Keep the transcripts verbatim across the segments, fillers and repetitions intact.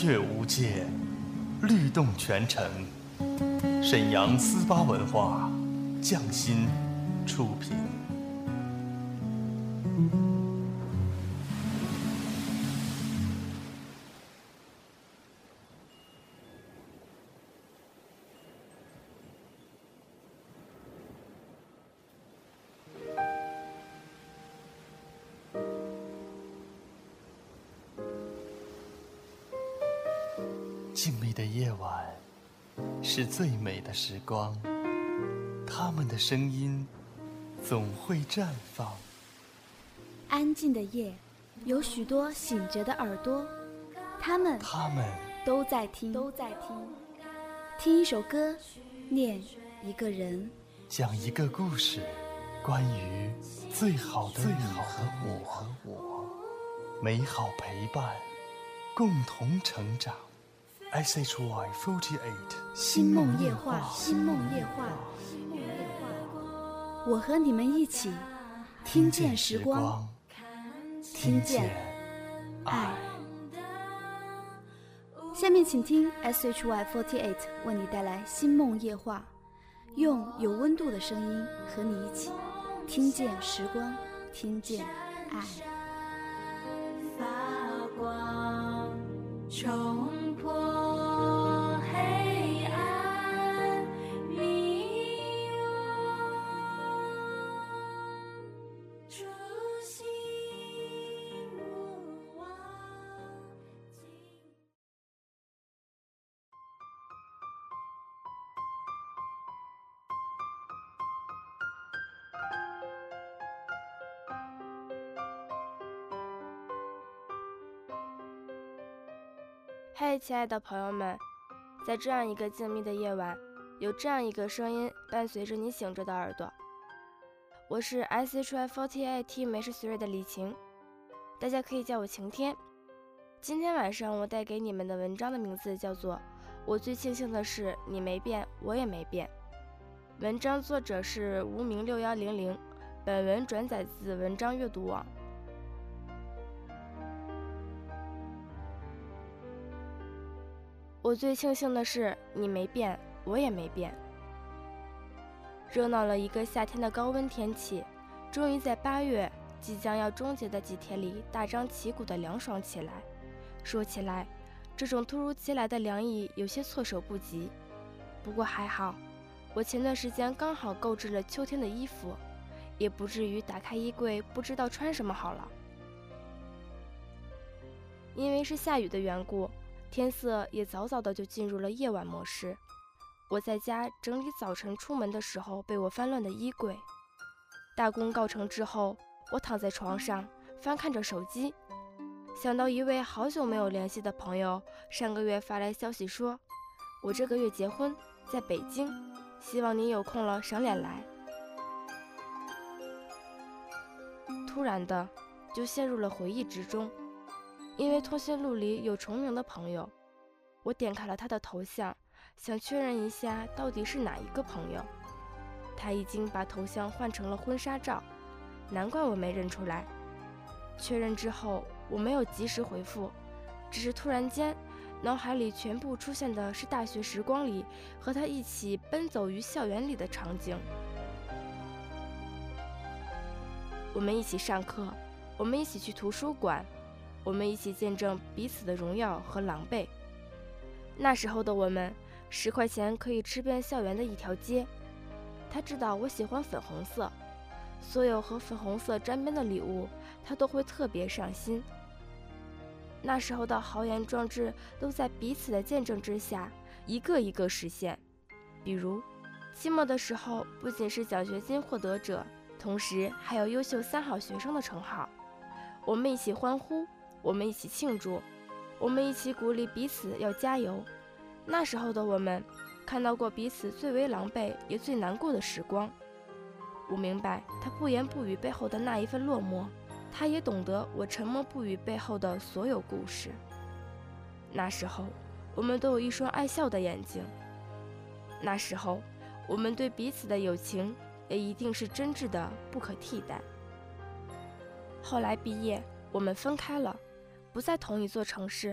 乐无界，律动全城。沈阳思巴文化匠心出品。静谧的夜晚是最美的时光，他们的声音总会绽放。 安静的夜，有许多醒着的耳朵，他们他们都在听，都在听。听一首歌，念一个人， 讲一个故事，关于最好的最好的我和我，美好陪伴，共同成长。S H Y forty-eight 星梦夜话，星梦夜话，星梦夜话。我和你们一起听见时光，听见爱。下面请听 S H Y forty-eight 为你带来星梦夜话，用有温度的声音和你一起听见时光，听见爱。 发光冲破黑暗迷惘，初心勿忘。 嘿，亲爱的朋友们，在这样一个静谧的夜晚，有这样一个声音伴随着你醒着的耳朵。我是 S H Y forty-eight Team H three 的李晴，大家可以叫我晴天。今天晚上我带给你们的文章的名字叫做《我最庆幸的是你没变，我也没变》。文章作者是无名六一零零，本文转载自文章阅读网。我最庆幸的是你没变，我也没变。热闹了一个夏天的高温天气，终于在八月即将要终结的几天里大张旗鼓地凉爽起来。说起来，这种突如其来的凉意有些措手不及，不过还好，我前段时间刚好购置了秋天的衣服，也不至于打开衣柜不知道穿什么好了。因为是下雨的缘故，天色也早早的就进入了夜晚模式。我在家整理早晨出门的时候被我翻乱的衣柜。大功告成之后，我躺在床上翻看着手机，想到一位好久没有联系的朋友上个月发来消息说，我这个月结婚，在北京，希望你有空了赏脸来。突然的就陷入了回忆之中。因为通讯录里有重名的朋友，我点开了他的头像，想确认一下到底是哪一个朋友。他已经把头像换成了婚纱照，难怪我没认出来。确认之后，我没有及时回复，只是突然间，脑海里全部出现的是大学时光里和他一起奔走于校园里的场景。我们一起上课，我们一起去图书馆，我们一起见证彼此的荣耀和狼狈。那时候的我们，十块钱可以吃遍校园的一条街。他知道我喜欢粉红色，所有和粉红色沾边的礼物，他都会特别上心。那时候的豪言壮志都在彼此的见证之下，一个一个实现。比如，期末的时候，不仅是奖学金获得者，同时还有优秀三好学生的称号。我们一起欢呼，我们一起庆祝，我们一起鼓励彼此要加油。那时候的我们，看到过彼此最为狼狈也最难过的时光。我明白他不言不语背后的那一份落寞，他也懂得我沉默不语背后的所有故事。那时候，我们都有一双爱笑的眼睛。那时候，我们对彼此的友情也一定是真挚的不可替代。后来毕业，我们分开了，不在同一座城市，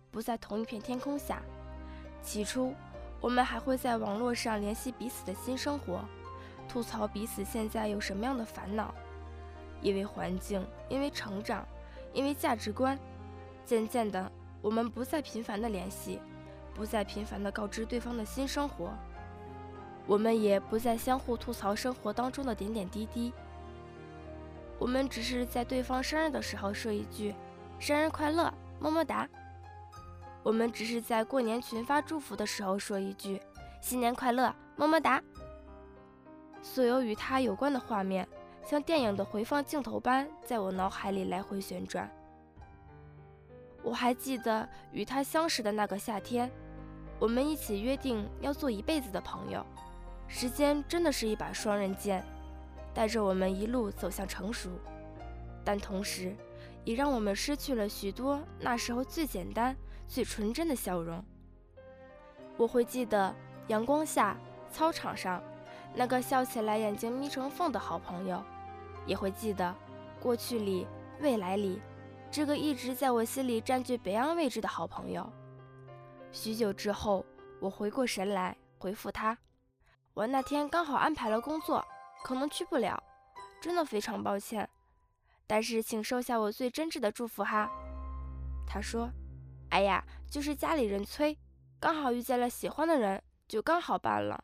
不在同一片天空下。起初，我们还会在网络上联系彼此的新生活，吐槽彼此现在有什么样的烦恼。因为环境，因为成长，因为价值观，渐渐的，我们不再频繁的联系，不再频繁的告知对方的新生活，我们也不再相互吐槽生活当中的点点滴滴。我们只是在对方生日的时候说一句生日快乐，么么哒。我们只是在过年群发祝福的时候说一句新年快乐，么么哒。所有与他有关的画面，像电影的回放镜头般在我脑海里来回旋转。我还记得与他相识的那个夏天，我们一起约定要做一辈子的朋友。时间真的是一把双刃剑，带着我们一路走向成熟，但同时也让我们失去了许多那时候最简单最纯真的笑容。我会记得阳光下操场上那个笑起来眼睛眯成缝的好朋友，也会记得过去里未来里这个一直在我心里占据北岸位置的好朋友。许久之后，我回过神来回复他，我那天刚好安排了工作，可能去不了，真的非常抱歉，但是请收下我最真挚的祝福哈。他说，哎呀，就是家里人催，刚好遇见了喜欢的人，就刚好办了。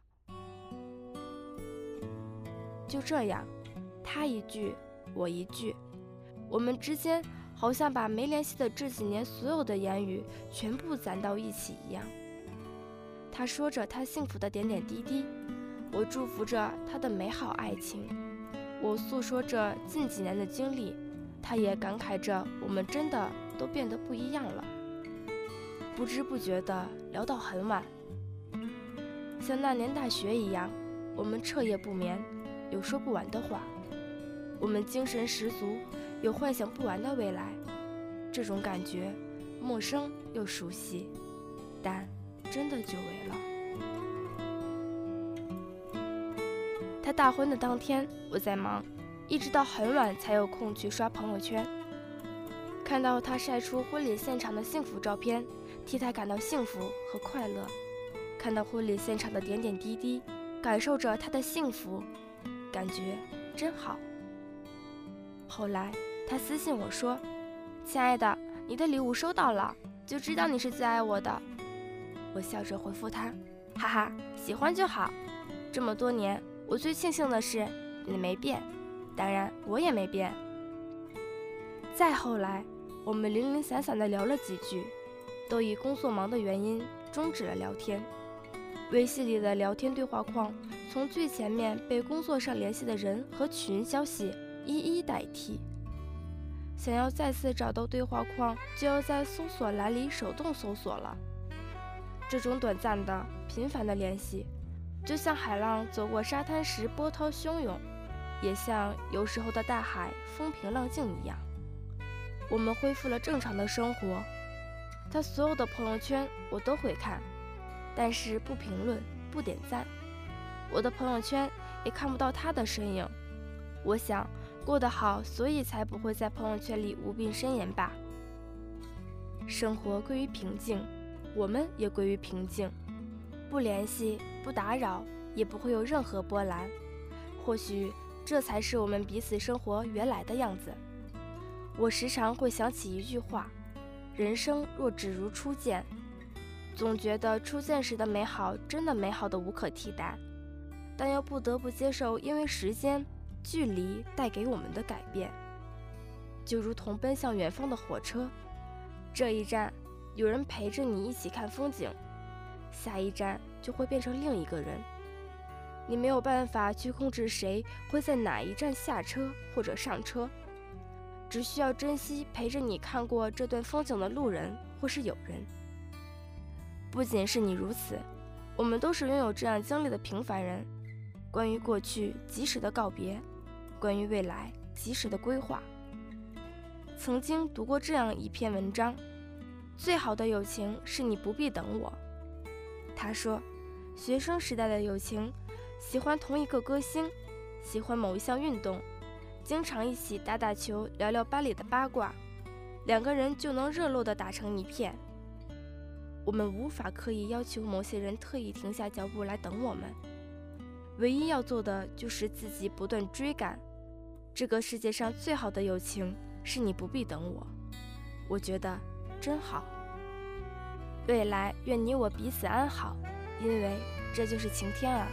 就这样，他一句我一句，我们之间好像把没联系的这几年所有的言语全部攒到一起一样。他说着他幸福的点点滴滴，我祝福着他的美好爱情，我诉说着近几年的经历，他也感慨着我们真的都变得不一样了。不知不觉地聊到很晚，像那年大学一样，我们彻夜不眠，有说不完的话，我们精神十足，有幻想不完的未来。这种感觉陌生又熟悉，但真的久违了。他大婚的当天，我在忙，一直到很晚才有空去刷朋友圈。看到他晒出婚礼现场的幸福照片，替他感到幸福和快乐。看到婚礼现场的点点滴滴，感受着他的幸福，感觉真好。后来他私信我说，亲爱的，你的礼物收到了，就知道你是最爱我的。我笑着回复他，哈哈，喜欢就好。这么多年，我最庆幸的是你没变，当然我也没变。再后来，我们零零散散地聊了几句，都以工作忙的原因终止了聊天。微信里的聊天对话框从最前面被工作上联系的人和群消息一一代替。想要再次找到对话框，就要在搜索栏里手动搜索了。这种短暂的、频繁的联系，就像海浪走过沙滩时波涛汹涌，也像有时候的大海风平浪静一样。我们恢复了正常的生活，他所有的朋友圈我都会看，但是不评论，不点赞。我的朋友圈也看不到他的身影。我想过得好，所以才不会在朋友圈里无病呻吟吧。生活归于平静，我们也归于平静，不联系，不打扰，也不会有任何波澜。或许这才是我们彼此生活原来的样子。我时常会想起一句话，人生若只如初见。总觉得初见时的美好真的美好的无可替代，但又不得不接受因为时间距离带给我们的改变。就如同奔向远方的火车，这一站有人陪着你一起看风景，下一站就会变成另一个人。你没有办法去控制谁会在哪一站下车或者上车，只需要珍惜陪着你看过这段风景的路人或是友人。不仅是你如此，我们都是拥有这样经历的平凡人。关于过去及时的告别，关于未来及时的规划。曾经读过这样一篇文章，最好的友情是你不必等我。他说，学生时代的友情，喜欢同一个歌星，喜欢某一项运动，经常一起打打球，聊聊班里的八卦，两个人就能热络地打成一片。 我们无法刻意要求某些人特意停下脚步来等我们，唯一要做的就是自己不断追赶。这个世界上最好的友情是你不必等我，我觉得真好。未来愿你我彼此安好，因为这就是晴天啊。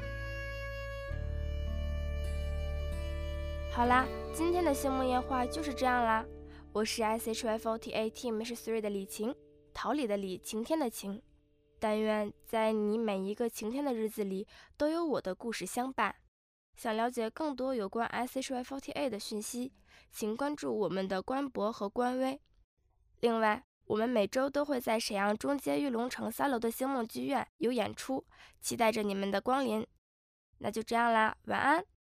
好啦，今天的星梦夜话就是这样啦。我是 S H Y F O R T E Team H three 的李晴，桃李的李，晴天的晴。但愿在你每一个晴天的日子里，都有我的故事相伴。想了解更多有关 S H Y F O R T E 的讯息，请关注我们的官博和官微。另外，我们每周都会在沈阳中街玉龙城三楼的星梦剧院有演出，期待着你们的光临。那就这样啦，晚安。